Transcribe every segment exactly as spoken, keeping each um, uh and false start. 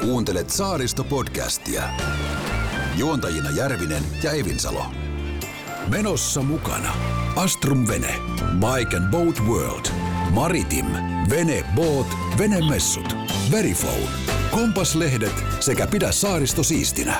Kuuntelet Saaristo-podcastia. Juontajina Järvinen ja Evinsalo. Menossa mukana Astrum Vene, Bike and Boat World, Maritim, Vene Boat, Venemessut, Verifone, Kompaslehdet sekä Pidä Saaristo siistinä.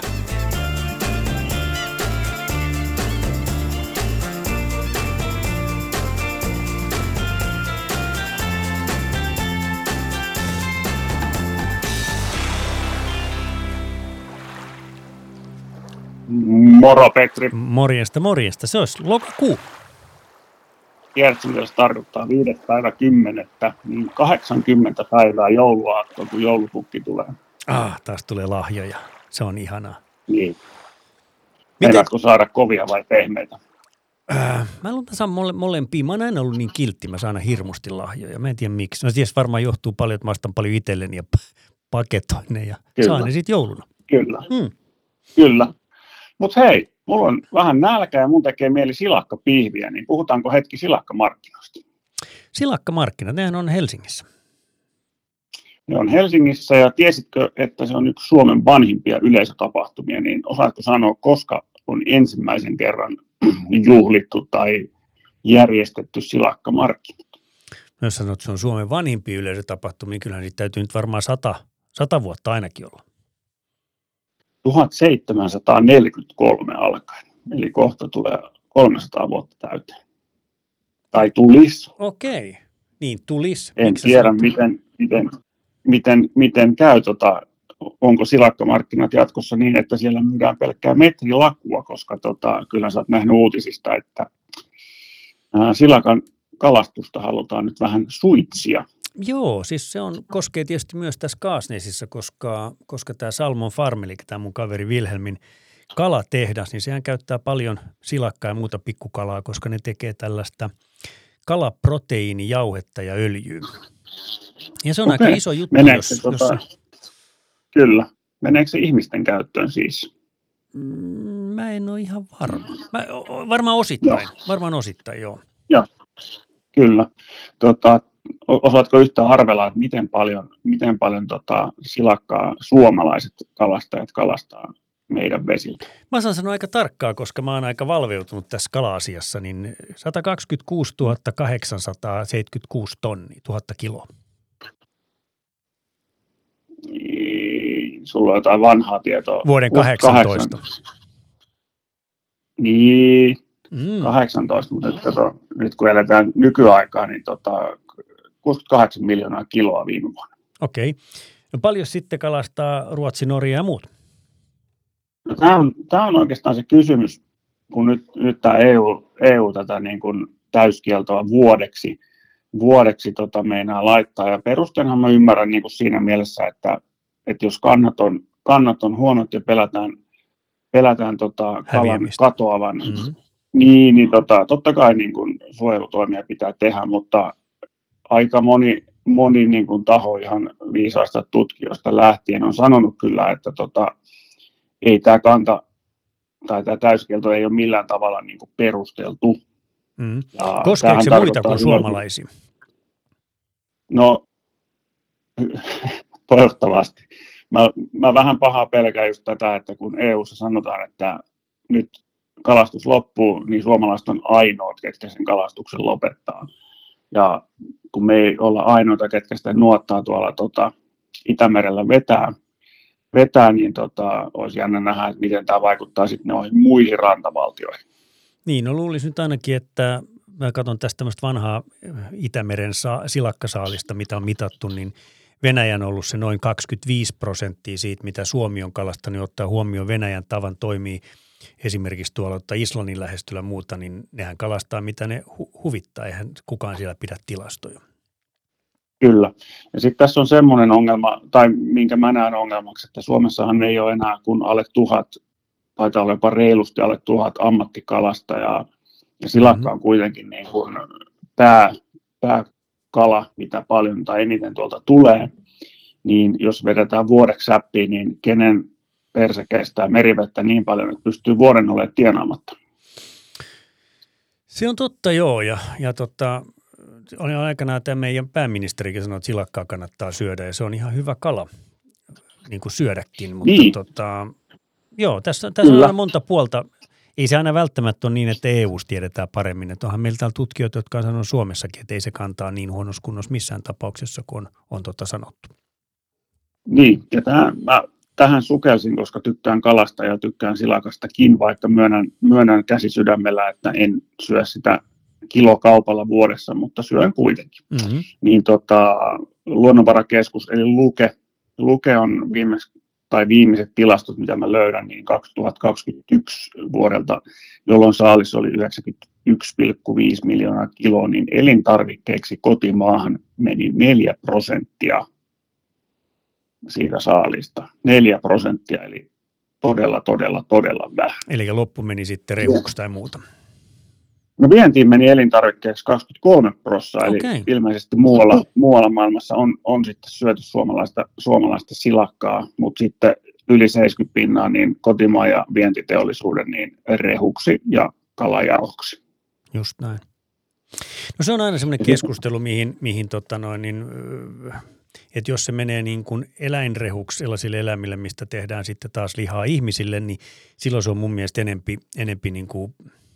Moro Petri. Morjesta, morjesta. Se olisi lokakuu. Tiedätkö, mitä se tarkoittaa? Viides päivä kymmenettä, niin kahdeksankymmentä päivää jouluaattoa, kun joulupukki tulee. Ah, taas tulee lahjoja. Se on ihanaa. Niin. Meinaatko saada kovia vai pehmeitä? Äh, mä luulen, että saan mole, molempia. Mä oon aina ollut niin kiltti, mä saan aina hirmusti lahjoja. Mä en tiedä miksi. No tietysti varmaan johtuu paljon, että mä ostan paljon itselleni ja paketoin ne ja Kyllä. saan ne sitten jouluna. Kyllä. Hmm. Kyllä. Mutta hei, mulla on vähän nälkä ja mun tekee mieli silakkapihviä, niin puhutaanko hetki silakkamarkkinoista? Silakkamarkkinat, nehän on Helsingissä. Ne on Helsingissä ja tiesitkö, että se on yksi Suomen vanhimpia yleisötapahtumia, niin osaatko sanoa, koska on ensimmäisen kerran juhlittu tai järjestetty silakkamarkkinat? No jos sanot, että se on Suomen vanhimpia yleisötapahtumia, niin kyllähän siitä täytyy nyt varmaan sata, sata vuotta ainakin olla. tuhatseitsemänsataaneljäkymmentäkolme alkaen, eli kohta tulee kolmesataa vuotta täyteen. Tai tulisi. Okei, niin tulisi. En Miksi tiedä, miten, miten, miten, miten käy, tota, onko silakkamarkkinat jatkossa niin, että siellä myydään pelkkää metrilakua, koska tota, kyllä sä oot nähnyt uutisista, että ää, silakan kalastusta halutaan nyt vähän suitsia. Joo, siis se on, koskee tietysti myös tässä Kaasneisissa, koska, koska tämä Salmon Farm, eli tämä mun kaveri Vilhelmin kalatehdas, niin sehän käyttää paljon silakkaa ja muuta pikkukalaa, koska ne tekee tällaista kalaproteiinijauhetta ja öljyä. Ja se on Okei. aika iso juttu. Meneekö jos, se, tota, jos... Kyllä. Meneekö se ihmisten käyttöön siis? Mä en ole ihan varma. Mä, varmaan osittain. Joo. Varmaan osittain, joo. Joo, kyllä. Tota, Osaatko yhtään arvella, että miten paljon, miten paljon tota silakkaa suomalaiset kalastajat kalastaa meidän vesiltä? Mä saan sanoa aika tarkkaa, koska mä oon aika valveutunut tässä kala-asiassa, niin sata kaksikymmentäkuusituhatta kahdeksansataaseitsemänkymmentäkuusi tonnia, tuhatta kiloa. Niin, sulla on jotain vanhaa tietoa. Vuoden kahdeksantoista. Niin, mm. kahdeksantoista, mutta että, nyt kun eletään nykyaikaa, niin tota, kuusikymmentäkahdeksan miljoonaa kiloa viime vuonna. Okei. No paljon sitten kalastaa Ruotsi, Norja ja muut? No, tämä, on, tämä on oikeastaan se kysymys, kun nyt, nyt tämä E U, E U tätä niin kuin täyskieltoa vuodeksi, vuodeksi tota meinaa laittaa. Ja perusteenhan mä ymmärrän niin kuin siinä mielessä, että, että jos kannat on, kannat on huonot ja pelätään, pelätään tota kalan katoavan, mm-hmm. niin, niin tota, totta kai niin kuin suojelutoimia pitää tehdä, mutta aika moni, moni niin kuin taho ihan viisaista tutkijoista lähtien on sanonut kyllä, että tota, ei tämä kanta tai tämä täyskielto ei ole millään tavalla niin kuin perusteltu. Mm. Koskeeko se muita kuin suomalaisia? No, toivottavasti. Mä, mä vähän pahaa pelkään just tätä, että kun E U:ssa sanotaan, että nyt kalastus loppuu, niin suomalaiset on ainoat, ketkä sen kalastuksen lopettaa. Ja kun me ei olla ainoita, ketkä sitä nuottaa tuolla tota, Itämerellä vetää, vetää niin tota, olisi jännä nähdä, että miten tämä vaikuttaa sitten noihin muihin rantavaltioihin. Niin, no luulisin nyt ainakin, että mä katson tästä tämmöistä vanhaa Itämeren sa- silakkasaalista, mitä on mitattu, niin Venäjän on ollut se noin kaksikymmentäviisi prosenttia siitä, mitä Suomi on kalastanut, ottaa huomioon Venäjän tavan toimii esimerkiksi tuolla ottaa Islannin lähestyllä muuta, niin nehän kalastaa, mitä ne hu- huvittaa, eihän kukaan siellä pidä tilastoja. Kyllä. Ja sitten tässä on semmoinen ongelma, tai minkä mä näen ongelmaksi, että Suomessahan ei ole enää kuin alle tuhat, taitaa olla jopa reilusti alle tuhat ammattikalastajaa, ja silakka on kuitenkin niin kuin pää, pääkala, mitä paljon tai eniten tuolta tulee, niin jos vedetään vuodeksi säppiin, niin kenen perse kestää merivettä niin paljon, että pystyy vuoden olemaan tienaamatta. Se on totta, joo, ja, ja tota, oli aikanaan tämä meidän pääministerikin sanoi, että silakkaa kannattaa syödä, ja se on ihan hyvä kala. niin kuin syödäkin, mutta niin. tota, joo, tässä, tässä on aina monta puolta. Ei se aina välttämättä ole niin, että E U:ssa tiedetään paremmin. Että onhan meillä täällä tutkijoita, jotka on sanonut Suomessakin, että ei se kantaa niin huonossa kunnossa missään tapauksessa, kun on, on tota sanottu. Niin, ja tähän, mä, tähän sukelsin, koska tykkään kalasta ja tykkään silakastakin, vaikka myönnän, myönnän käsi sydämellä, että en syö sitä kilokaupalla vuodessa, mutta syön kuitenkin. Mm-hmm. Niin tota, Luonnonvarakeskus, eli Luke, Luke on viimeis, tai viimeiset tilastot, mitä mä löydän, niin kaksituhattakaksikymmentäyksi vuodelta, jolloin saalis oli yhdeksänkymmentäyksi pilkku viisi miljoonaa kiloa, niin elintarvikkeiksi kotimaahan meni neljä prosenttia siitä saalista. Neljä prosenttia, eli todella, todella, todella vähän. Eli loppu meni sitten rehuksi tai muuta. No vientiin meni elintarvikkeeksi kaksikymmentäkolme prosenttia, eli okay. Ilmeisesti muualla, muualla maailmassa on, on sitten syöty suomalaista, suomalaista silakkaa, mutta sitten yli seitsemänkymmentä pinnaa niin kotimaan ja vientiteollisuuden niin rehuksi ja kalajauhoksi. Just näin. No se on aina semmoinen keskustelu, mihin, mihin tota noin, niin, että jos se menee niin kuin eläinrehuksi sellaisille eläimille, mistä tehdään sitten taas lihaa ihmisille, niin silloin se on mun mielestä enempi, enempi niin kuin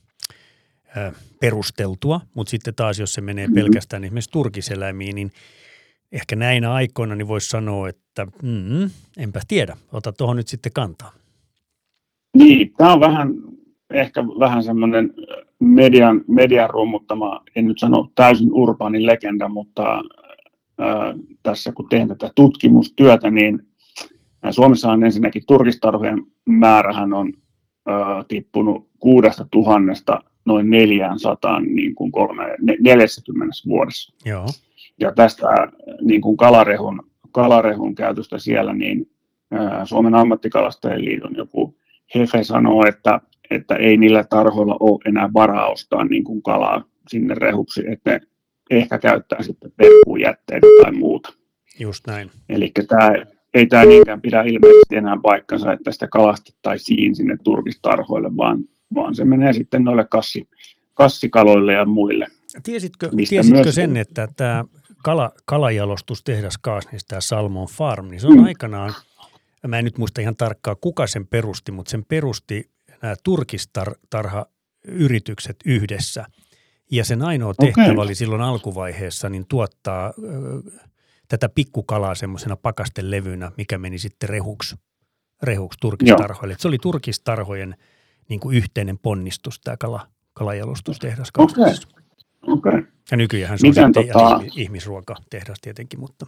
perusteltua, mutta sitten taas jos se menee pelkästään esimerkiksi turkiseläimiin, niin ehkä näinä aikoina niin voisi sanoa, että mm, enpä tiedä, ota tuohon nyt sitten kantaa. Niin, tämä on vähän, ehkä vähän semmoinen median, median rummuttama, en nyt sano täysin urbaani legenda, mutta ää, tässä kun teen tätä tutkimustyötä, niin Suomessa on ensinnäkin turkistarhojen määrähän on ää, tippunut kuudesta tuhannesta noin neljäsataa niin kuin kolme, neljäkymmentä vuodessa. Joo. Ja tästä niin kuin kalarehun, kalarehun käytöstä siellä, niin ää, Suomen ammattikalastajien liiton joku hefe sanoo, että, että ei niillä tarhoilla ole enää varaa ostaa niin kuin kalaa sinne rehuksi, että ne ehkä käyttää sitten perkuujätteitä tai muuta. Just näin. Eli tämä, ei tämä niinkään pidä ilmeisesti enää paikkansa, että sitä kalastettaisiin sinne turkistarhoille, vaan vaan se menee sitten noille kassi, kassikaloille ja muille. Tiesitkö, tiesitkö myös sen, että tämä kala, kalajalostustehdas Kaasnissa, tämä Salmon Farm, niin se on mm. aikanaan, mä en nyt muista ihan tarkkaan kuka sen perusti, mutta sen perusti nämä turkistarha-yritykset yhdessä. Ja sen ainoa tehtävä okay. oli silloin alkuvaiheessa niin tuottaa ö, tätä pikkukalaa semmoisena pakastelevynä, mikä meni sitten rehuksi, rehuksi turkistarhoille. Se oli turkistarhojen niin kuin yhteinen ponnistus, tämä kala, kalajalostustehdas. Okei. Okay. Okay. Ja nykyään se on sitten tota... ihmisruokatehdas tietenkin, mutta...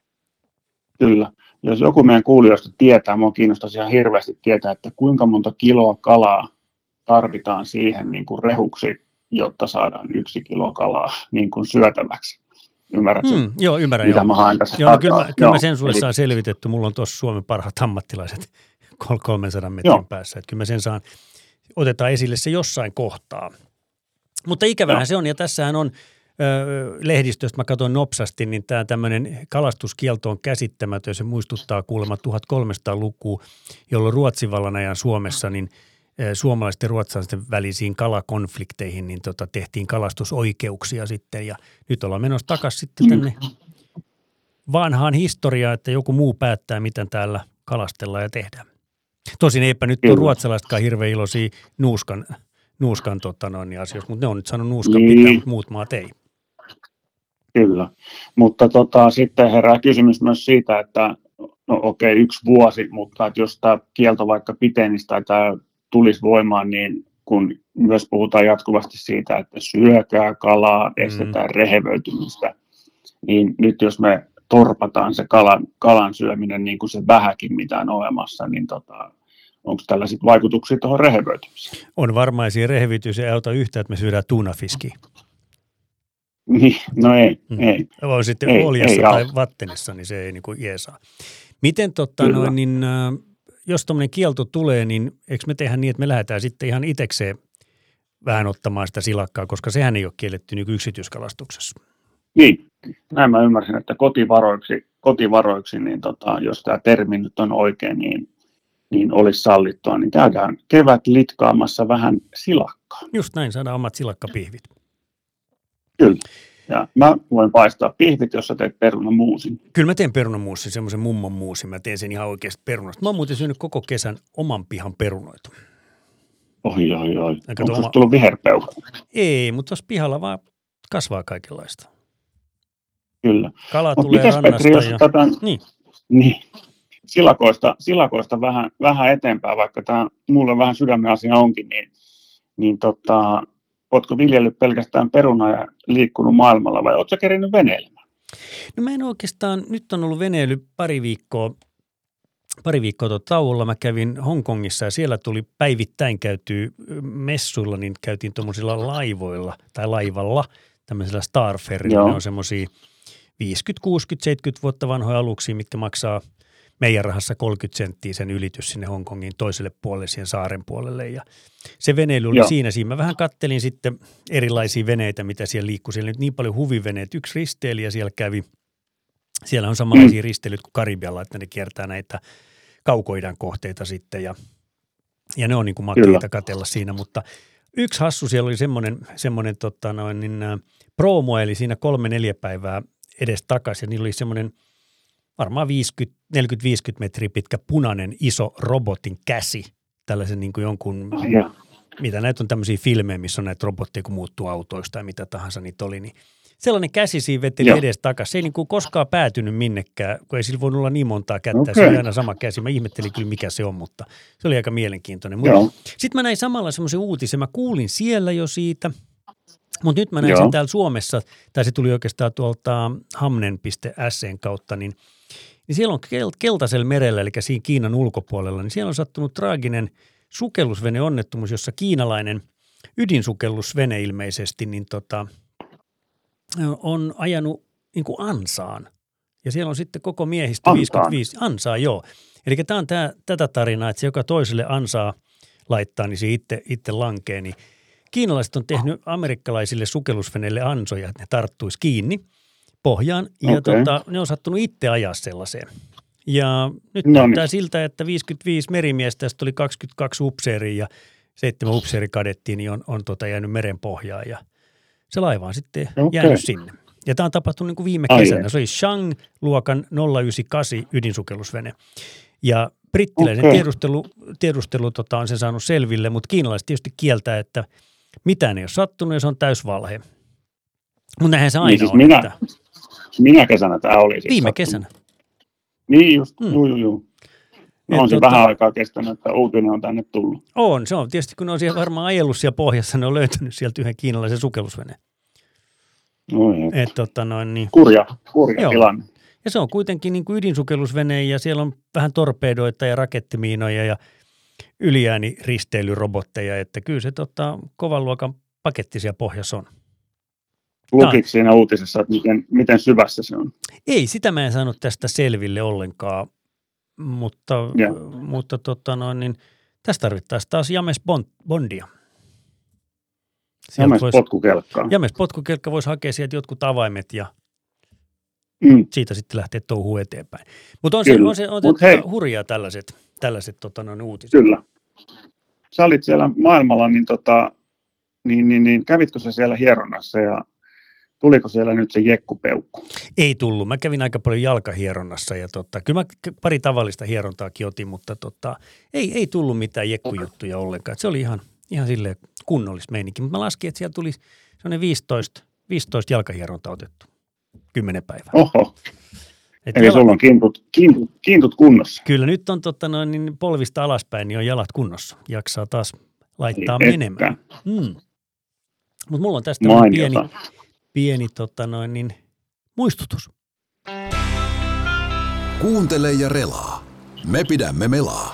Kyllä. Jos joku meidän kuulijoista tietää, minua kiinnostaisi ihan hirveästi tietää, että kuinka monta kiloa kalaa tarvitaan siihen niin kuin rehuksi, jotta saadaan yksi kilo kalaa niin kuin syötäväksi. Ymmärrätkö? Hmm, joo, ymmärrän. Mitä joo. mä haen tässä joo, no, kyllä, mä, kyllä joo, mä sen sulle eli... saan selvitetty. Mulla on tuossa Suomen parhaat ammattilaiset kolmensadan metrin joo. päässä. Että kyllä mä sen saan, otetaan esille se jossain kohtaa. Mutta ikävähän joo. se on, ja tässähän on ö, lehdistöstä, mä katsoin nopsasti, niin tämä tämmöinen kalastuskielto on käsittämätön. Se muistuttaa kuulemma tuhatkolmesataa-lukua, jolloin Ruotsin vallan ajan Suomessa, niin suomalaisten ja ruotsalaisten välisiin kalakonflikteihin, niin tota, tehtiin kalastusoikeuksia sitten, ja nyt ollaan menossa takaisin sitten tänne vanhaan historiaan, että joku muu päättää, miten täällä kalastellaan ja tehdään. Tosin eipä nyt ole ruotsalaisetkaan hirveän iloisia nuuskan, nuuskan tota noin, asioista, mutta ne on nyt sanonut nuuskan niin. pitää, mutta muut maat ei. Kyllä, mutta tota, sitten herää kysymys myös siitä, että no okei, okay, yksi vuosi, mutta että jos tämä kielto vaikka pitenisi tai tämä tulisi voimaan, niin kun myös puhutaan jatkuvasti siitä, että syökää kalaa, estetään mm. rehevöitymistä, niin nyt jos me torpataan se kalan, kalan syöminen niin kuin se vähäkin, mitä on olemassa, niin tota, onko tällä sitten vaikutuksia tuohon rehevöitymiseen? On varmaan, ja siihen rehevöityys ei auta yhtään, että me syödään tuunafiskiä. Niin, no ei, mm. ei. On sitten ei, oljassa ei, tai vattenissa, niin se ei niin kuin jeesaa. Miten totta noin, niin jos tuommoinen kielto tulee, niin eikö me tehdä niin, että me lähdetään sitten ihan itsekseen vähän ottamaan sitä silakkaa, koska sehän ei ole kielletty niin yksityiskalastuksessa. Niin, näin mä ymmärsin, että kotivaroiksi, kotivaroiksi niin tota, jos tämä termi nyt on oikein, niin, niin olisi sallittua, niin käydään kevät litkaamassa vähän silakkaa. Just näin, saadaan omat silakkapihvit. Kyllä. Ja mä voin paistaa pihvit, jos sä teet perunamuusin. Kyllä mä teen perunamuusin, semmoisen mummon muusin. Mä teen sen ihan oikeasta perunasta. Mä oon muuten syönyt koko kesän oman pihan perunoita. Oi, oi, oi. Onko oma... tullut viherpeuka? Ei, mutta tuossa pihalla vaan kasvaa kaikenlaista. Kyllä. Kala Mut tulee mites, rannasta. Petri, jos ja... tätä... Niin. Niin. Silakoista, silakoista vähän, vähän eteenpäin, vaikka tämä mulle vähän sydämen asia onkin, niin, niin tota, ootko viljellyt pelkästään perunaa ja liikkunut maailmalla vai ootko kerinyt veneilemään? No mä en oikeastaan, nyt on ollut veneily pari viikkoa, pari viikkoa tuota tauolla. Mä kävin Hongkongissa ja siellä tuli päivittäin käytyä messuilla, niin käytiin tuommoisilla laivoilla tai laivalla, tämmöisellä Starferrilla. Ne on semmoisia viisikymmentä, kuusikymmentä, seitsemänkymmentä vuotta vanhoja aluksia, mitkä maksaa meidän rahassa kolmekymmentä senttiä sen ylitys sinne Hongkongin toiselle puolelle, siihen saaren puolelle. Ja se veneily oli Joo. siinä. Siinä mä vähän kattelin sitten erilaisia veneitä, mitä siellä liikkui. Siellä oli niin paljon huviveneitä. Yksi risteilijä siellä kävi. Siellä on samanlaisia mm. risteilyt kuin Karibialla, että ne kiertää näitä kaukoidän kohteita sitten. Ja, ja ne on niin kuin makeita katsella siinä. Mutta yksi hassu siellä oli semmoinen, semmoinen tota noin, niin, ä, promo, eli siinä kolme neljä päivää edes takaisin. Ja niillä oli semmoinen varmaan viisikymmentä, neljäkymmentä viisikymmentä metriä pitkä punainen iso robotin käsi, tällaisen niin kuin jonkun, Ja. mitä näitä on tämmöisiä filmejä, missä on näitä robotteja, kun muuttuu autoista tai mitä tahansa niitä oli, niin sellainen käsi siinä veteli Joo. edes takaisin. Se ei niin kuin koskaan päätynyt minnekään, kun ei sillä voinut olla niin montaa kättä, Okei. se oli aina sama käsi. Mä ihmettelin kyllä, mikä se on, mutta se oli aika mielenkiintoinen. Sitten mä näin samalla semmoisen uutisen, mä kuulin siellä jo siitä, mutta nyt mä näin Joo. sen täällä Suomessa, tai se tuli oikeastaan tuolta hamnen piste sen kautta, niin niin siellä on Keltaisella merellä, eli siinä Kiinan ulkopuolella, niin siellä on sattunut traaginen sukellusveneonnettomuus, jossa kiinalainen ydinsukellusvene ilmeisesti niin tota, on ajanut niin kuin ansaan. Ja siellä on sitten koko miehistö Ansaan. viisikymmentäviisi. Ansaa, joo. Eli tämä on tää, tätä tarinaa, että se joka toiselle ansaa laittaa, niin se itse, itse lankee. Niin kiinalaiset on tehnyt amerikkalaisille sukellusveneille ansoja, että ne tarttuisi kiinni pohjaan, ja Okay. tota, ne on sattunut itse ajaa sellaiseen. Ja nyt No näyttää niin. siltä, että viisikymmentäviisi merimiestä, tästä oli kaksikymmentäkaksi upseeria ja seitsemän upseerikadettia, niin on, on tota jäänyt meren pohjaan, ja se laiva on sitten Okay. jäänyt sinne. Ja tämä on tapahtunut niin kuin viime Ai kesänä. ei. Se oli Shang-luokan nolla yhdeksänkymmentäkahdeksan ydinsukellusvene. Ja brittiläisen Okei. tiedustelu, tiedustelu tota, on sen saanut selville, mutta kiinalaiset tietysti kieltää, että mitään ei ole sattunut ja se on täysvalhe. Mutta näinhän se aina Niin siis on. minä, että minä kesänä tämä oli. Siis viime sattunut. kesänä. Niin just, Mm. mm. juu, juu, juu. Et On se tota- vähän aikaa kestänyt, että uutinen on tänne tullut. On, se on. Tietysti kun ne on siellä varmaan ajellut siellä pohjassa, ne on löytänyt sieltä yhden kiinalaisen sukellusveneen. Oi, Et, tota noin, niin. kurja, kurja Joo. tilanne. Ja se on kuitenkin niin kuin ydinsukellusvene ja siellä on vähän torpedoita ja rakettimiinoja ja yliääniristeilyrobotteja, että kyllä se tota, kovan luokan paketti siellä pohjassa on. Lukiko siinä uutisessa, että miten, miten syvässä se on? Ei, sitä mä en saanut tästä selville ollenkaan, mutta, Joo. mutta tota noin, niin tässä tarvittaisiin taas James Bond, Bondia. Sieltä James vois- potkukelkkaa. James potkukelkka voisi hakea sieltä jotkut avaimet ja Mm. siitä sitten lähteä touhuun eteenpäin. Mutta on se, Kyllä. on se, on Mut se hei. hurjaa tällaiset, tällaiset tota, noin uutiset. Kyllä. Sä olit siellä maailmalla, niin, tota, niin, niin, niin kävitkö sä siellä hieronnassa ja tuliko siellä nyt se jekkupeukku? Ei tullut. Mä kävin aika paljon jalkahieronnassa ja tota, kyllä mä k- pari tavallista hierontaakin otin, mutta tota, ei, ei tullut mitään jekkujuttuja ollenkaan. Et se oli ihan, ihan silleen kunnollista meininki. Mutta mä laskin, että siellä tuli sellainen viisitoista, viisitoista jalkahierontaa otettu. Kymmenen päivää. Oho, Et eli jalat- sulla on kintut, kintut, kintut kunnossa. Kyllä nyt on totta noin, niin polvista alaspäin, niin on jalat kunnossa. Jaksaa taas laittaa Ei menemään. että. Mm. Mutta mulla on tästä tämmönen pieni, Mainiota. pieni tota noin, niin, muistutus. Kuuntele ja relaa. Me pidämme melaa.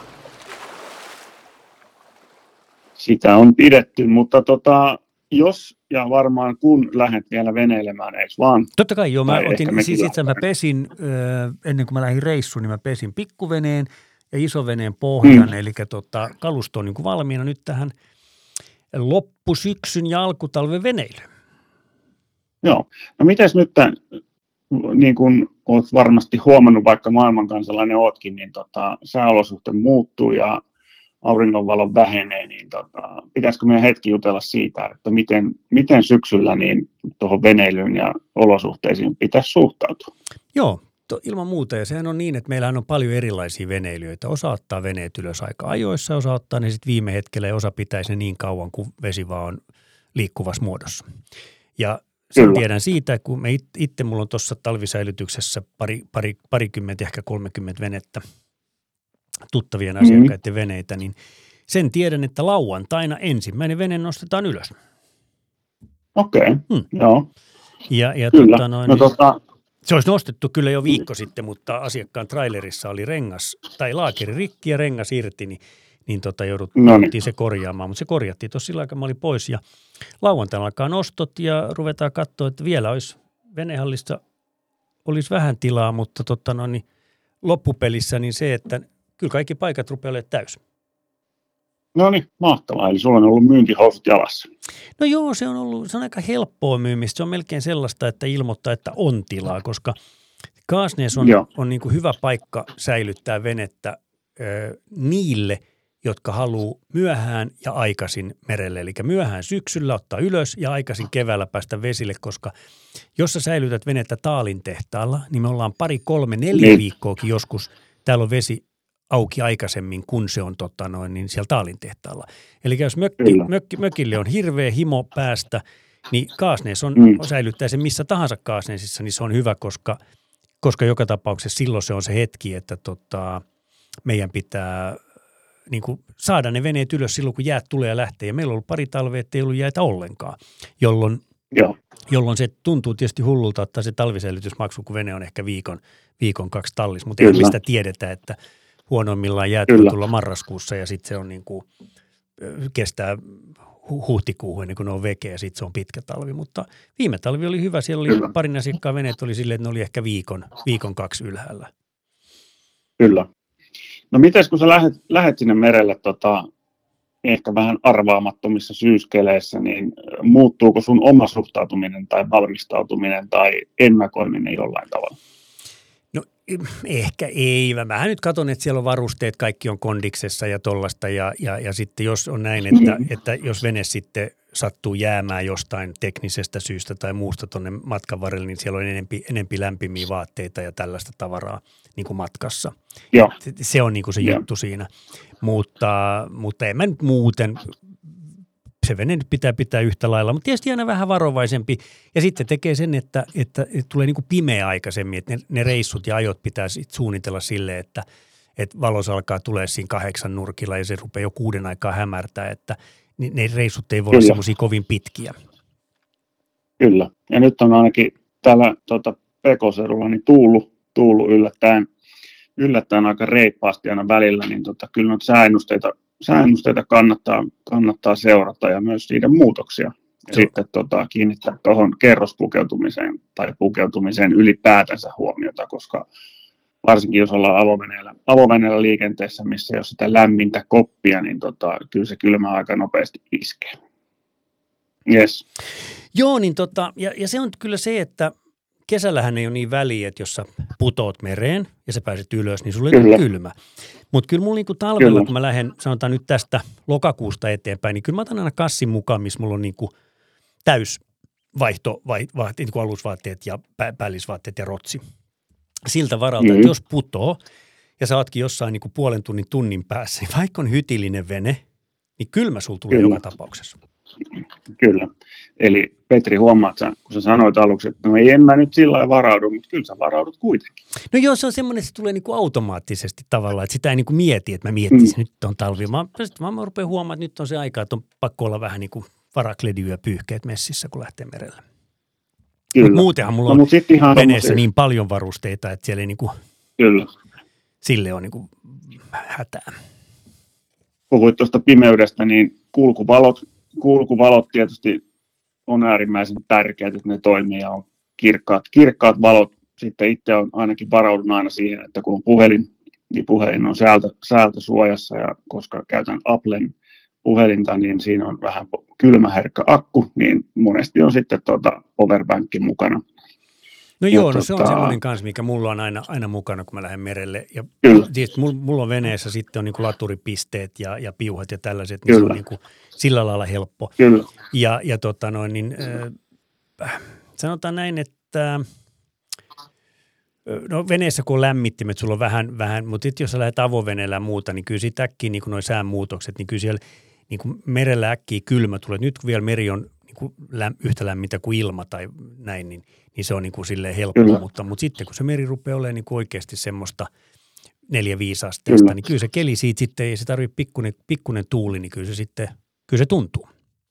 Sitä on pidetty, mutta tota, jos ja varmaan kun lähdet vielä veneilemään, eikö vaan? Totta kai joo, mä Tai ehkä otin, mekin siis itse mä lähdetään. pesin, ö, ennen kuin mä lähdin reissuun, niin mä pesin pikkuveneen ja isoveneen pohjan, Mm. eli tota, kalusto on niin kuin valmiina nyt tähän loppusyksyn ja alkutalven veneilyyn. Joo. No mites nyt, tämän, niin kuin olet varmasti huomannut, vaikka maailmankansalainen ootkin, niin tota, sääolosuhteet muuttuu ja auringonvalo vähenee, niin tota, pitäisikö meidän hetki jutella siitä, että miten, miten syksyllä niin tuohon veneilyyn ja olosuhteisiin pitäisi suhtautua? Joo, to, ilman muuta. Ja sehän on niin, että meillähän on paljon erilaisia veneilijöitä. Osa ottaa veneet ylös aika ajoissa, osa ottaa ne sitten viime hetkellä ja osa pitäisi ne niin kauan, kuin vesi vaan on liikkuvassa muodossa. Ja sen Kyllä. tiedän siitä, kun me itse mulla on tuossa talvisäilytyksessä pari, pari, parikymmentä, ehkä kolmekymmentä venettä, tuttavien mm-hmm. asiakkaiden veneitä, niin sen tiedän, että lauantaina ensimmäinen vene nostetaan ylös. Okei, okay. hmm. joo. Ja, ja Kyllä. Tota noin, no, tota... se olisi nostettu kyllä jo viikko sitten, mutta asiakkaan trailerissa oli rengas tai laakeri rikki ja rengas irti, niin, niin tota jouduttiin no niin. se korjaamaan. Mutta se korjattiin tuossa sillä aikaa, mä olin pois ja lauantaina alkaa nostot ja ruvetaan katsoa, että vielä olisi venehallista, olisi vähän tilaa, mutta tota noin, niin loppupelissä niin se, että kyllä kaikki paikat rupeaa olemaan täysin. No niin, mahtavaa. Eli sulla on ollut myyntihousut jalassa. No joo, se on ollut, se on aika helppoa myymistä. Se on melkein sellaista, että ilmoittaa, että on tilaa, koska Kaasnees on, on niin kuin hyvä paikka säilyttää venettä ö, niille, jotka haluaa myöhään ja aikaisin merelle. Eli myöhään syksyllä ottaa ylös ja aikaisin keväällä päästä vesille, koska jos sä säilytät venettä Taalin tehtaalla, niin me ollaan pari, kolme, neljä niin. viikkoakin joskus. Täällä on vesi auki aikaisemmin, kun se on tota noin, niin siellä Taalin tehtaalla. Eli jos mökki, mökki, mökille on hirveä himo päästä, niin Kaasnees on, mm. säilyttää sen missä tahansa Kaasneesissa, niin se on hyvä, koska, koska joka tapauksessa silloin se on se hetki, että tota, meidän pitää niin kuin saada ne veneet ylös silloin, kun jäät tulee ja lähtee. Ja meillä on ollut pari talvea, ettei ollut jäitä ollenkaan, jolloin, jolloin se tuntuu tietysti hullulta ottaa se talvisäilytysmaksu, kun vene on ehkä viikon, viikon kaksi tallis. Mutta ei mistä tiedetä, että huonoimmillaan jäät voi tulla marraskuussa ja sitten se on niin kuin, kestää huhtikuuhun ennen kuin ne on vekeä ja sitten se on pitkä talvi. Mutta viime talvi oli hyvä. Siellä oli Kyllä. parin asiakkaan veneet oli silleen, että ne oli ehkä viikon, viikon kaksi ylhäällä. Kyllä. No mites kun sä lähet, lähet sinne merelle tota, ehkä vähän arvaamattomissa syyskeleissä, niin muuttuuko sun oma suhtautuminen tai valmistautuminen tai ennakoiminen jollain tavalla? No ehkä ei. Mähän nyt katson, että siellä on varusteet, kaikki on kondiksessa ja tollasta ja, ja, ja sitten jos on näin, että, että jos vene sitten sattuu jäämään jostain teknisestä syystä tai muusta tuonne matkan varrelle, niin siellä on enempi, enempi lämpimiä vaatteita ja tällaista tavaraa niin kuin matkassa. Joo. Se on niin kuin se Joo. juttu siinä, mutta, mutta en mä nyt muuten, se vene nyt pitää pitää yhtä lailla, mutta tietysti aina vähän varovaisempi ja sitten tekee sen, että, että, että tulee niin kuin pimeä aikaisemmin, että ne, ne reissut ja ajot pitää suunnitella silleen, että, että valos alkaa tulee siinä kahdeksan nurkilla ja se rupeaa jo kuuden aikaa hämärtää, että ne reissut ei voi Kyllä. olla semmoisia kovin pitkiä. Kyllä. Ja nyt on ainakin täällä tuota, P K-seudulla niin tuullut, tuullut yllättäen, yllättäen aika reippaasti aina välillä, niin tota, kyllä noita sääennusteita, sääennusteita kannattaa, kannattaa seurata ja myös niiden muutoksia. Ja Joo. sitten tota, kiinnittää tuohon kerrospukeutumiseen tai pukeutumiseen ylipäätänsä huomiota, koska varsinkin jos ollaan avoveneellä, avoveneellä liikenteessä, missä ei ole sitä lämmintä koppia, niin tota, kyllä se kylmä aika nopeasti iskee. Yes. Joo, niin tota, ja, ja se on kyllä se, että kesällähän ei ole niin väliä, että jos sä putoat mereen ja sä pääset ylös, niin sulla ei ole kylmä. Mutta kyllä mulla niinku talvella, kyllä. kun mä lähden, sanotaan nyt tästä lokakuusta eteenpäin, niin kyllä mä otan aina kassin mukaan, missä mulla on niinku täys vaihto, vai, vai, niinku alusvaatteet ja pä, päällisvaatteet ja rotsi. Siltä varalta, mm-hmm. että jos putoo ja sä ootkin jossain niin kuin puolen tunnin tunnin päässä, niin vaikka on hytillinen vene, niin kylmä sulla tulee Kyllä. joka tapauksessa. Kyllä. Eli Petri, huomaat sä, kun sä sanoit aluksi, että no ei en mä nyt sillä lailla varaudu, mutta kyllä sä varaudut kuitenkin. No joo, se on semmoinen, että se tulee niin kuin automaattisesti tavallaan, että sitä ei niin kuin mieti, että mä miettisin, mm. nyt on talvi. Mä, sitten mä rupean huomaamaan, että nyt on se aika, että on pakko olla vähän niin kuin varakledy ja pyyhkeet messissä, kun lähtee merelle. Mutta muutenhan mulla no, on veneessä niin paljon varusteita, että siellä ei niinku, Kyllä. sille on niinku hätää. Puhuit tuosta pimeydestä, niin kulkuvalot, kulkuvalot tietysti on äärimmäisen tärkeät, että ne toimii ja on kirkkaat, kirkkaat valot. Sitten itse on ainakin varaudun aina siihen, että kun on puhelin, niin puhelin on säältä, säältä suojassa ja koska käytän Applen puhelinta, niin siinä on vähän kylmäherkkä akku, niin monesti on sitten tuota powerbankin mukana. No joo, no se on tota, semmoinen kanssa, mikä mulla on aina, aina mukana, kun mä lähden merelle. Ja siis mulla, mulla on veneessä sitten on niin kuin laturipisteet ja, ja piuhat ja tällaiset, niin kyllä. Se on niin kuin sillä lailla helppo. Kyllä. Ja, ja tota noin, niin, äh, sanotaan näin, että no veneessä kun on lämmittimet, sulla on vähän, vähän mutta sitten jos sä lähdet avoveneellä ja muuta, niin kyllä siitä äkkiä niin kuin nuo säänmuutokset, niin kyllä siellä niin kuin merellä äkkiä kylmä tulee. Nyt kun vielä meri on niin kuin läm, yhtä lämmintä kuin ilma tai näin, niin, niin se on niin kuin silleen helppoa. Mutta, mutta sitten kun se meri rupeaa olemaan niin kuin oikeasti semmoista neljä viisi asteesta, kyllä. Niin kyllä se keli siitä sitten, ei se tarvitse pikkuinen, pikkuinen tuuli, niin kyllä se sitten, kyllä se tuntuu.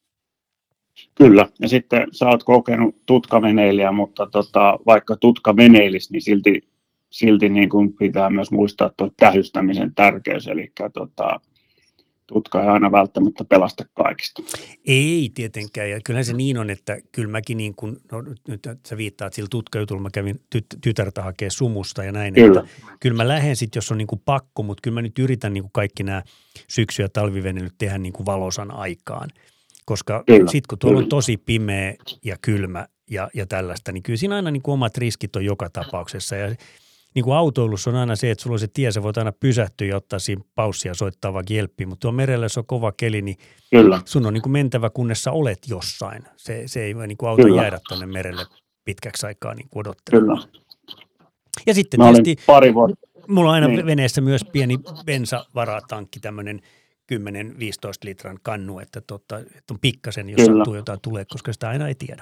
Kyllä, ja sitten sä oot kokenut tutkaveneilijä, mutta tota, vaikka tutkaveneilisi, niin silti, silti niin kuin pitää myös muistaa tuo tähystämisen tärkeys, eli tota, tutka ei aina välttämättä pelasta kaikista. Ei tietenkään, ja kyllähän se niin on, että kyllä mäkin niin kuin, no nyt sä viittaat sillä tutkajutulla, mä kävin tyt- tytärtä hakea sumusta ja näin, kyllä. Että kyllä mä lähden sitten, jos on niin kuin pakko, mutta kyllä mä nyt yritän niin kuin kaikki nämä syksy- ja talviveneilyt tehdä niin kuin valosan aikaan. Koska sitten kun tuolla on tosi pimeä ja kylmä ja, ja tällaista, niin kyllä siinä aina niin kuin omat riskit on joka tapauksessa. Ja niin kuin autoilussa on aina se, että sulla on se tie, sä voit aina pysähtyä ja ottaa siinä paussia ja soittaa vaikka jelppiä. Mutta tuo merellä, jos on kova keli, niin kyllä. Sun on niin kuin mentävä, kunnes sä olet jossain. Se, se ei voi niin kuin auto kyllä. jäädä tuonne merelle pitkäksi aikaa niin kuin odottelemaan. Kyllä. Ja sitten Mä tietysti, pari vuotta. Mulla on aina niin. veneessä myös pieni bensavaratankki, tämmöinen kymmenen viisitoista litran kannu, että, totta, että on pikkasen, jos Kyllä. sattuu jotain tulee, koska sitä aina ei tiedä.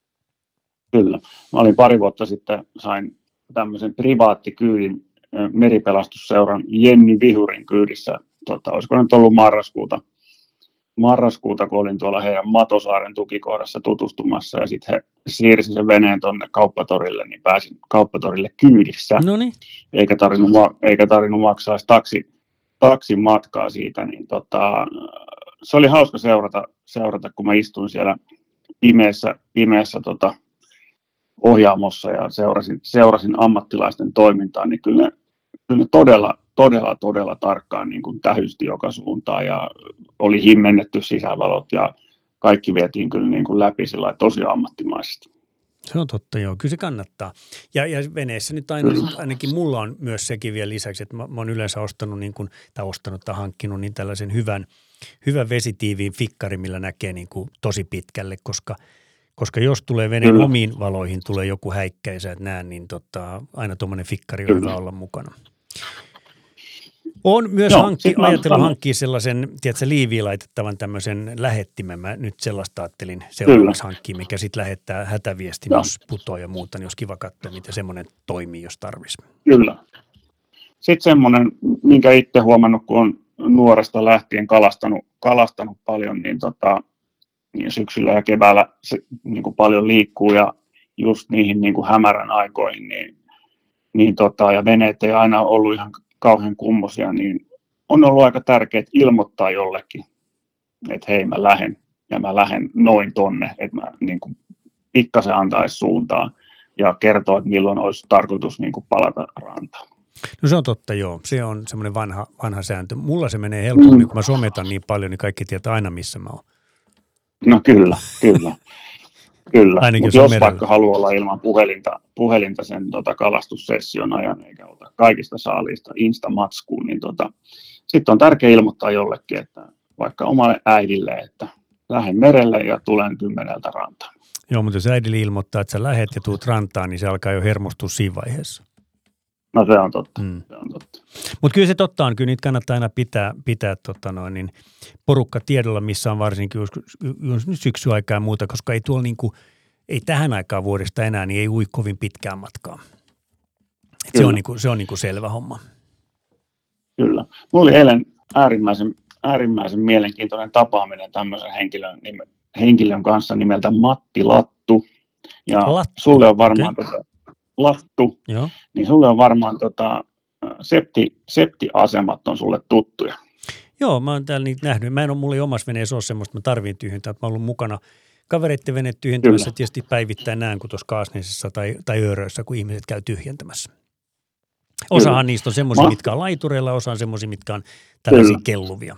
Kyllä. Mä olin pari vuotta sitten, sain tämmöisen privaattikyydin meripelastusseuran Jenny Vihurin kyydissä. Tota, olisiko nyt ollut marraskuuta, marraskuuta, kun olin tuolla heidän Matosaaren tukikohdassa tutustumassa, ja sitten he siirsi sen veneen tuonne kauppatorille, niin pääsin kauppatorille kyydissä. Noniin. Eikä tarvinnut, eikä tarvinnut maksaa taksi. taksin matkaa siitä, niin tota, se oli hauska seurata, seurata, kun mä istuin siellä pimeässä, pimeässä tota, ohjaamossa ja seurasin, seurasin ammattilaisten toimintaa, niin kyllä, kyllä todella, todella, todella tarkkaan niin kuin tähysti joka suuntaan ja oli himmennetty sisävalot ja kaikki vietiin kyllä niin kuin läpi sillä tosi ammattimaisesti. Se on totta, joo. Kyllä se kannattaa. Ja, ja veneessä nyt aina, ainakin mulla on myös sekin vielä lisäksi, että mä, mä oon yleensä ostanut, niin kuin, tai ostanut tai hankkinut niin tällaisen hyvän, hyvän vesitiiviin fikkari, millä näkee niin kuin tosi pitkälle, koska, koska jos tulee veneen Kyllä. omiin valoihin, tulee joku häikkäisä, että näen, niin tota, aina tuommoinen fikkari on hyvä olla mukana. On myös Joo, hankki, ajatellut hankkia sellaisen, tiedätkö, liiviin laitettavan tämmöisen lähettimen. Mä nyt sellaista ajattelin seuraavaksi hankkia, mikä sitten lähettää hätäviestin, Joo. jos putoo ja muuta, niin olisi kiva katsoa, miten semmoinen toimii, jos tarvitsisi. Kyllä. Sitten semmoinen, minkä itse huomannut, kun on nuoresta lähtien kalastanut, kalastanut paljon, niin, tota, niin syksyllä ja keväällä se niin kuin paljon liikkuu ja just niihin niin kuin hämärän aikoihin, niin, niin tota, ja veneet ei aina ollut ihan kauhean kummosia, niin on ollut aika tärkeää ilmoittaa jollekin, että hei, mä lähden ja mä lähden noin tonne, että mä niin kuin pikkasen antaisi suuntaan ja kertoa, että milloin olisi tarkoitus niin kuin palata rantaan. No se on totta, joo. Se on semmoinen vanha, vanha sääntö. Mulla se menee helpommin, mm. kun mä sometan niin paljon, niin kaikki tietää aina, missä mä oon. No kyllä, kyllä. Kyllä, mutta jos vaikka haluaa olla ilman puhelinta, puhelinta sen tota, kalastussession ajan, eikä ota kaikista saalista instamatskuun, niin tota, sitten on tärkeää ilmoittaa jollekin, että vaikka omalle äidille, että lähden merelle ja tulen kymmeneltä rantaan. Joo, mutta jos äidille ilmoittaa, että sä lähet ja tuut rantaan, niin se alkaa jo hermostua siinä vaiheessa. No se on totta. Mm. totta. Mutta kyllä se totta on, kyllä niitä kannattaa aina pitää, pitää tota noin, niin porukka tiedolla, missä on varsinkin syksyaikaa ja muuta, koska ei tuolla niinku, ei tähän aikaan vuodesta enää, niin ei ui kovin pitkään matkaa. Se on, niinku, se on niinku selvä homma. Kyllä. Mulla oli eilen äärimmäisen, äärimmäisen mielenkiintoinen tapaaminen tämmöisen henkilön, henkilön kanssa nimeltä Matti Lattu. Ja Lattu. Sulle on varmaan okay. tota, Lattu, Joo. niin sulle on varmaan tota, septi, septiasemat on sulle tuttuja. Joo, mä oon täällä niitä nähnyt. Mä en ole, mulla ei omassa veneessä ole semmoista, mä tarviin tyhjentää, että mä oon ollut mukana kavereiden veneet tyhjentämässä. Tietysti päivittäin näen, kun tuossa Kaasneisessa tai, tai Ööröissä, kun ihmiset käy tyhjentämässä. Osahan Kyllä. niistä on semmoisia, Ma- mitkä on laitureilla, osa on semmoisia, mitkä on tällaisia Kyllä. kelluvia.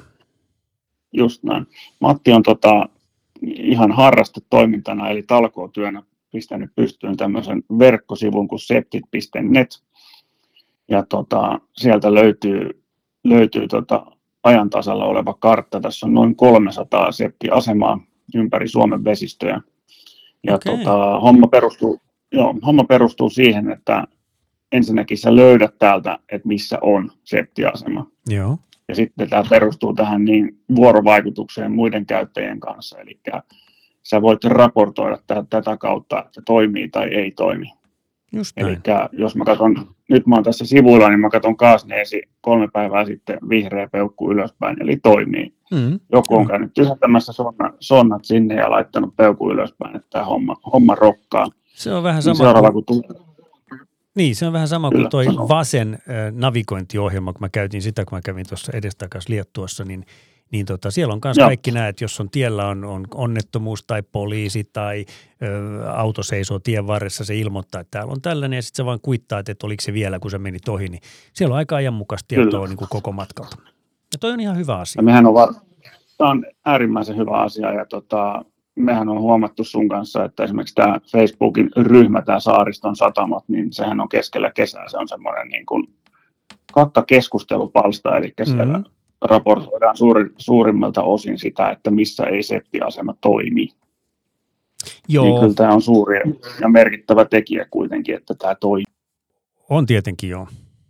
Just näin. Matti on tota, ihan harrastetoimintana, eli talkootyönä pistänyt pystyyn tämmöisen verkkosivun kuin septit piste net. Ja tota, sieltä löytyy, löytyy tota ajan tasalla oleva kartta. Tässä on noin kolmesataa septiasemaa ympäri Suomen vesistöjä. Ja okay. tota, homma, perustuu, joo, homma perustuu siihen, että ensinnäkin sä löydät täältä, että missä on septiasema. Joo. Ja sitten tämä perustuu tähän niin vuorovaikutukseen muiden käyttäjien kanssa. Eli sä voit raportoida t- tätä kautta, että toimii tai ei toimi. Eli jos mä katson, nyt mä oon tässä sivuilla, niin mä katson Kaasneesi kolme päivää sitten vihreä peukku ylöspäin, eli toimii. Mm-hmm. Joku on käynyt tyhjentämässä sonna, sonnat sinne ja laittanut peukku ylöspäin, että tämä homma, homma rokkaa. Se on vähän sama niin kuin... Kun Niin, se on vähän sama Kyllä, kuin toi sanoo. Vasen äh, navigointiohjelma, kun mä käytin sitä, kun mä kävin tuossa edestakaisin Liettuassa, niin, niin tota, siellä on myös kaikki nämä, että jos on tiellä on, on onnettomuus tai poliisi tai ö, auto seisoo tien varressa, se ilmoittaa, että täällä on tällainen ja sitten sä vaan kuittaat, että oliko se vielä, kun sä menit ohi, niin siellä on aika ajanmukaista tietoa niin kuin koko matkalta. Ja toi on ihan hyvä asia. Mehän on, var... Tämä on äärimmäisen hyvä asia ja tota... mehän on huomattu sun kanssa, että esimerkiksi tämä Facebookin ryhmä, tämä Saariston satamat, niin sehän on keskellä kesää. Se on semmoinen niin kuin kakkakeskustelupalsta, eli siellä mm-hmm. raportoidaan suuri, suurimmalta osin sitä, että missä ei septiasema toimi. Joo. Niin kyllä tämä on suuri ja merkittävä tekijä kuitenkin, että tämä toimii. On tietenkin joo.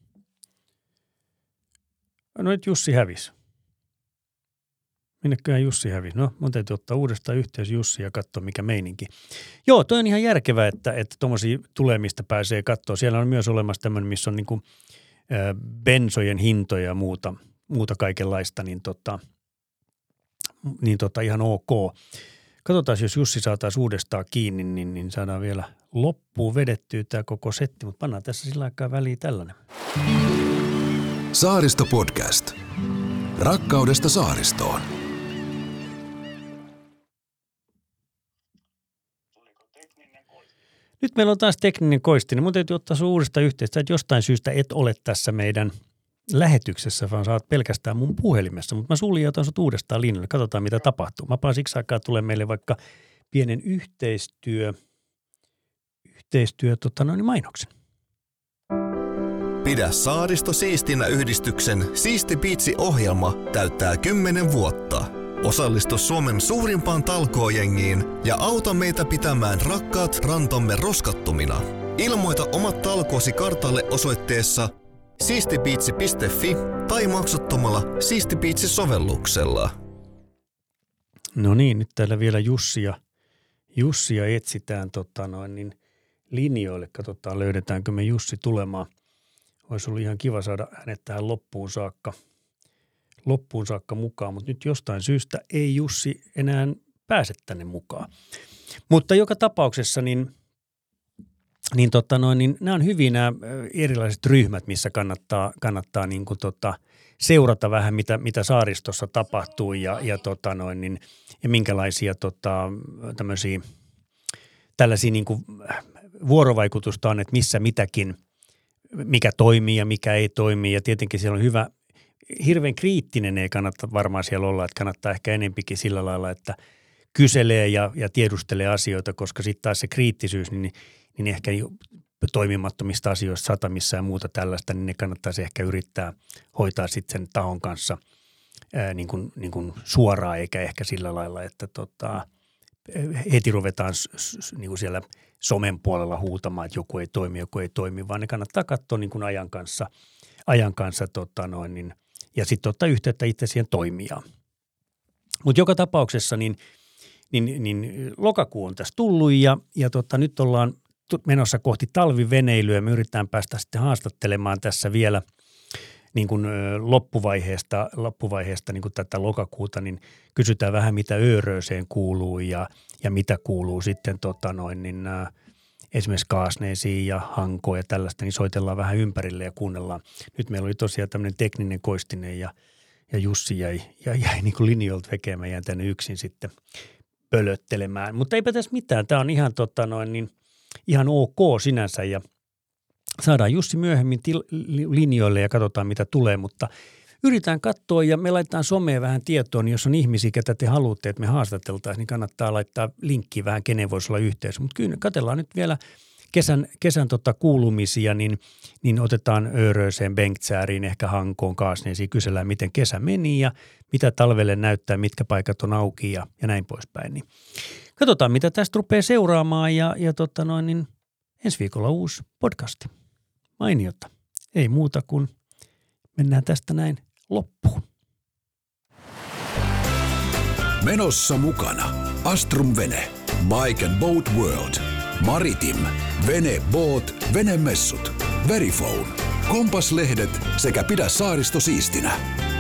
No nyt Jussi hävisi. Minneköhän Jussi hävisi? No, mun täytyy ottaa uudestaan yhteys Jussi ja katsoa, mikä meininki. Joo, toi on ihan järkevää, että että tuommoisia tulee, mistä pääsee katsoa. Siellä on myös olemassa tämmöinen, missä on niinku, ä, bensojen hintoja ja muuta, muuta kaikenlaista, niin, tota, niin tota ihan ok. Katsotaan, jos Jussi saataisiin uudestaan kiinni, niin, niin saadaan vielä loppuun vedettyä tämä koko setti, mutta pannaan tässä sillä aikaa väliin tällainen. Saaristo Podcast. Rakkaudesta saaristoon. Nyt meillä on taas tekninen koisti, niin mun täytyy ottaa sun uudestaan yhteyttä, että jostain syystä et ole tässä meidän lähetyksessä, vaan sä oot pelkästään mun puhelimessa, mutta mä suljin ja otan sut uudestaan linjalle. Katsotaan, mitä tapahtuu. Mä paan siksi aikaa tulee meille vaikka pienen yhteistyö, yhteistyö tota noin mainoksen. Pidä Saaristo siistinä -yhdistyksen Siisti Biitsi-ohjelma täyttää kymmenen vuotta. Osallistu Suomen suurimpaan talkoojengiin ja auta meitä pitämään rakkaat rantamme roskattomina. Ilmoita omat talkoosi kartalle osoitteessa siistibiitsi piste fi tai maksuttomalla Siisti Biitsi-sovelluksella. No niin, nyt täällä vielä Jussia, Jussia etsitään tota noin, niin linjoille. Katsotaan, löydetäänkö me Jussi tulemaan. Olisi ollut ihan kiva saada hänet tähän loppuun saakka, loppuun saakka mukaan, mutta nyt jostain syystä ei Jussi enää pääse tänne mukaan. Mutta joka tapauksessa niin, niin, tota noin, niin nämä on hyvin nämä erilaiset ryhmät, missä kannattaa, kannattaa niin kuin tota, seurata vähän, mitä, mitä saaristossa tapahtuu ja, ja, tota noin, niin, ja minkälaisia tota, tämmöisiä, tällaisia niin kuin vuorovaikutusta on, että missä mitäkin mikä toimii ja mikä ei toimi. Ja tietenkin siellä on hyvä, hirveän kriittinen ei kannata varmaan siellä olla, että kannattaa ehkä enempikin sillä lailla, että kyselee ja, ja tiedustelee asioita, koska sitten taas se kriittisyys, niin, niin ehkä toimimattomista asioista, satamissa ja muuta tällaista, niin ne kannattaisi ehkä yrittää hoitaa sitten sen tahon kanssa ää, niin kuin, niin kuin suoraan, eikä ehkä sillä lailla, että tota, heti ruvetaan niin kuin siellä somen puolella huutamaan, että joku ei toimi, joku ei toimi, vaan ne kannattaa katsoa niin kuin ajan kanssa, ajan kanssa tota noin, niin, ja sitten ottaa yhteyttä itse siihen toimijaan. Mutta joka tapauksessa niin, niin, niin lokakuu on tässä tullut ja, ja tota, nyt ollaan menossa kohti talviveneilyä. Me yritetään päästä sitten haastattelemaan tässä vielä niin kuin loppuvaiheesta, loppuvaiheesta niin kuin tätä lokakuuta, niin kysytään vähän, mitä Öörööseen kuuluu ja, ja mitä kuuluu sitten tota noin, niin, ä, esimerkiksi Kaasneesiin ja Hankoon ja tällaista, niin soitellaan vähän ympärille ja kuunnellaan. Nyt meillä oli tosiaan tämmöinen tekninen koistinen ja, ja Jussi jäi, jäi, jäi niin kuin linjoilta vekemään, jäi tänne yksin sitten pölöttelemään. Mutta eipä tässä mitään, tämä on ihan, tota noin, niin, ihan ok sinänsä ja saadaan Jussi myöhemmin til- linjoille ja katsotaan, mitä tulee, mutta yritetään katsoa ja me laitetaan someen vähän tietoon, niin jos on ihmisiä, ketä te haluatte, että me haastateltaisiin, niin kannattaa laittaa linkki vähän, kenen voisi olla yhteydessä. Mutta kyllä katsellaan nyt vielä kesän, kesän tota kuulumisia, niin, niin otetaan Öröseen, Bengtsääriin, ehkä Hankoon, Kaasneisiin, kysellään, miten kesä meni ja mitä talvelle näyttää, mitkä paikat on auki ja, ja näin poispäin. Niin katsotaan, mitä tästä rupeaa seuraamaan ja, ja tota noin, niin ensi viikolla uusi podcasti. Mainiota. Ei muuta kuin mennään tästä näin loppuun. Menossa mukana Astrum Vene, Bike and Boat World, Maritim, Vene Boat, Venemessut, Verifone, Kompaslehdet sekä Pidä saaristo siistinä.